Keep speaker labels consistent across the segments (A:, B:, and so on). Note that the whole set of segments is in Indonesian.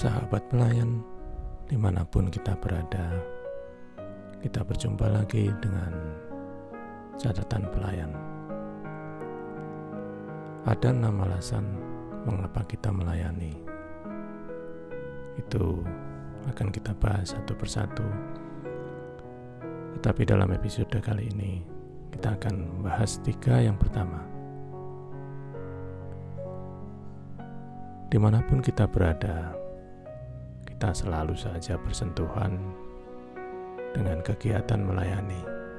A: Sahabat pelayan, dimanapun kita berada, kita berjumpa lagi dengan catatan pelayan. Ada 6 alasan mengapa kita melayani. Itu akan kita bahas satu persatu. Tetapi dalam episode kali ini, kita akan membahas 3 yang pertama. Dimanapun kita berada, kita selalu saja bersentuhan dengan kegiatan melayani,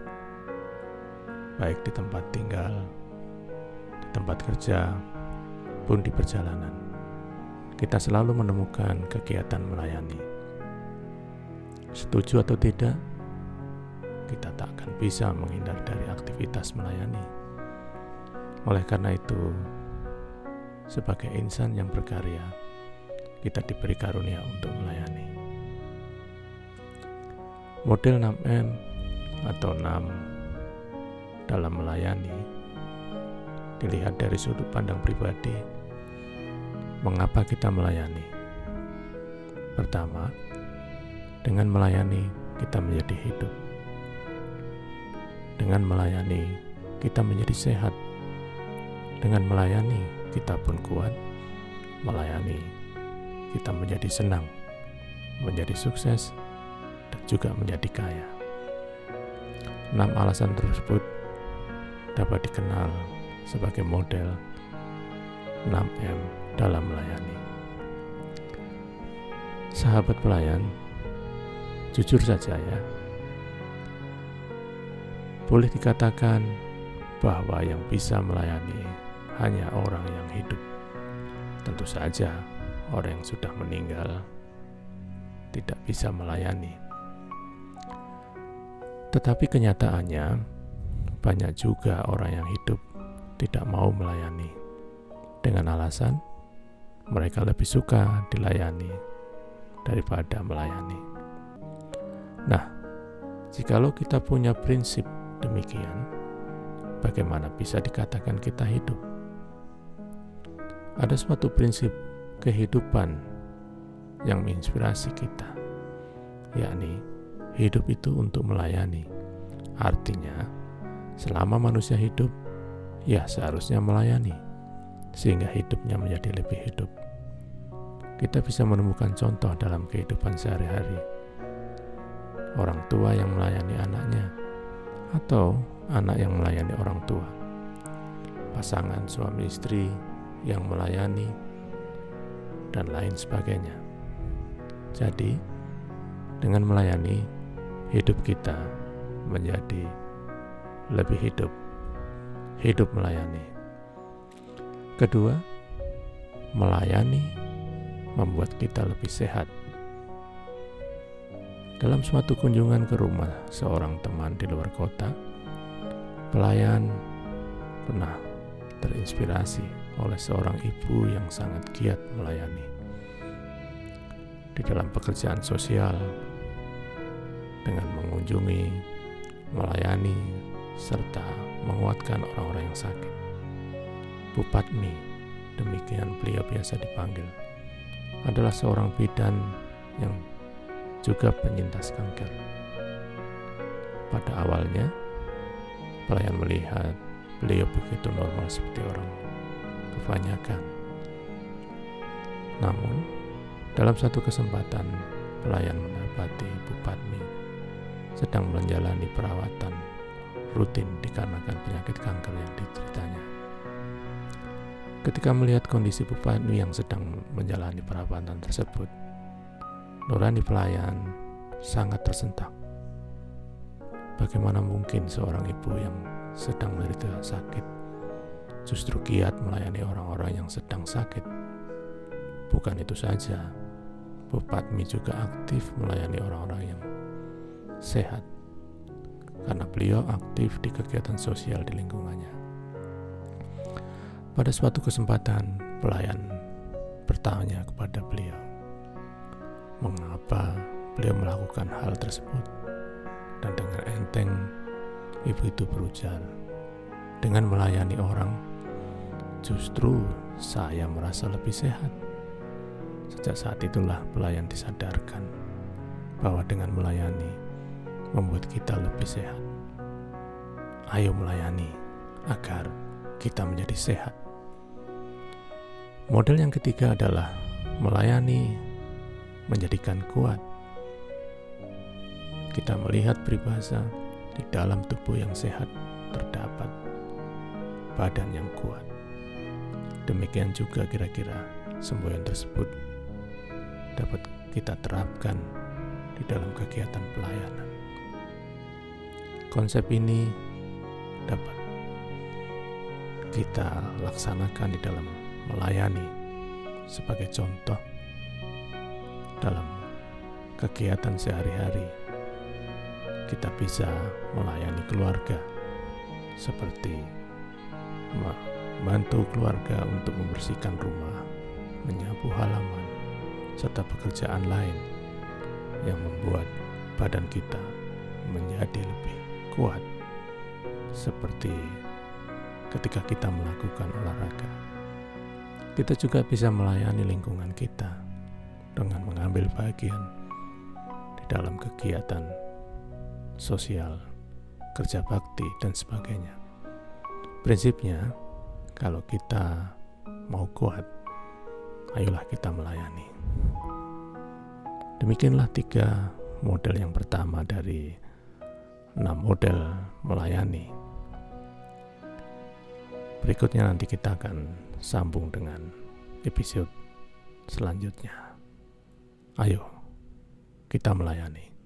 A: baik di tempat tinggal, di tempat kerja, pun di perjalanan. Kita selalu menemukan kegiatan melayani. Setuju atau tidak, kita tak akan bisa menghindar dari aktivitas melayani. Oleh karena itu, sebagai insan yang berkarya, kita diberi karunia untuk melayani. Model 6M atau 6 dalam melayani dilihat dari sudut pandang pribadi. Mengapa kita melayani? Pertama, dengan melayani kita menjadi hidup. Dengan melayani kita menjadi sehat. Dengan melayani kita pun kuat. Melayani kita menjadi senang, menjadi sukses, dan juga menjadi kaya. 6 alasan tersebut dapat dikenal sebagai model 6M dalam melayani. Sahabat pelayan, jujur saja ya, boleh dikatakan bahwa yang bisa melayani hanya orang yang hidup. Tentu saja orang yang sudah meninggal tidak bisa melayani. Tetapi kenyataannya, banyak juga orang yang hidup tidak mau melayani, dengan alasan mereka lebih suka dilayani daripada melayani. Nah, jikalau kita punya prinsip demikian, bagaimana bisa dikatakan kita hidup? Ada suatu prinsip kehidupan yang menginspirasi kita, yakni hidup itu untuk melayani. Artinya, selama manusia hidup, ya seharusnya melayani, sehingga hidupnya menjadi lebih hidup. Kita bisa menemukan contoh dalam kehidupan sehari-hari. Orang tua yang melayani anaknya, atau anak yang melayani orang tua. Pasangan suami istri yang melayani, dan lain sebagainya. Jadi, dengan melayani, hidup kita menjadi lebih hidup. Hidup melayani. Kedua, melayani membuat kita lebih sehat. Dalam suatu kunjungan ke rumah seorang teman di luar kota, pelayan pernah terinspirasi oleh seorang ibu yang sangat giat melayani. Di dalam pekerjaan sosial, dengan mengunjungi, melayani, serta menguatkan orang-orang yang sakit. Bu Padmi, demikian beliau biasa dipanggil, adalah seorang bidan yang juga penyintas kanker. Pada awalnya, pelayan melihat beliau begitu normal seperti orang kebanyakan. Namun, dalam satu kesempatan, pelayan mendapati Bu Padmi sedang menjalani perawatan rutin dikarenakan penyakit kanker yang dideritanya. Ketika melihat kondisi Bu Padmi yang sedang menjalani perawatan tersebut, nurani pelayan sangat tersentak. Bagaimana mungkin seorang ibu yang sedang menderita sakit justru giat melayani orang-orang yang sedang sakit? Bukan itu saja, Bu Padmi juga aktif melayani orang-orang yang sehat, karena beliau aktif di kegiatan sosial di lingkungannya. Pada suatu kesempatan, pelayan bertanya kepada beliau, mengapa beliau melakukan hal tersebut? Dan dengan enteng, ibu itu berujar, dengan melayani orang, justru saya merasa lebih sehat. Sejak saat itulah pelayan disadarkan bahwa dengan melayani membuat kita lebih sehat. Ayo melayani agar kita menjadi sehat. Model yang ketiga adalah melayani menjadikan kuat. Kita melihat peribahasa, di dalam tubuh yang sehat terdapat badan yang kuat. Demikian juga kira-kira semboyan tersebut dapat kita terapkan di dalam kegiatan pelayanan. Konsep ini dapat kita laksanakan di dalam melayani sebagai contoh dalam kegiatan sehari-hari. Kita bisa melayani keluarga seperti membantu keluarga untuk membersihkan rumah, menyapu halaman, serta pekerjaan lain yang membuat badan kita menjadi lebih kuat, seperti ketika kita melakukan olahraga. Kita juga bisa melayani lingkungan kita dengan mengambil bagian di dalam kegiatan sosial, kerja bakti, dan sebagainya. Prinsipnya, kalau kita mau kuat, ayolah kita melayani. Demikianlah 3 model yang pertama dari 6 model melayani. Berikutnya nanti kita akan sambung dengan episode selanjutnya. Ayo, kita melayani.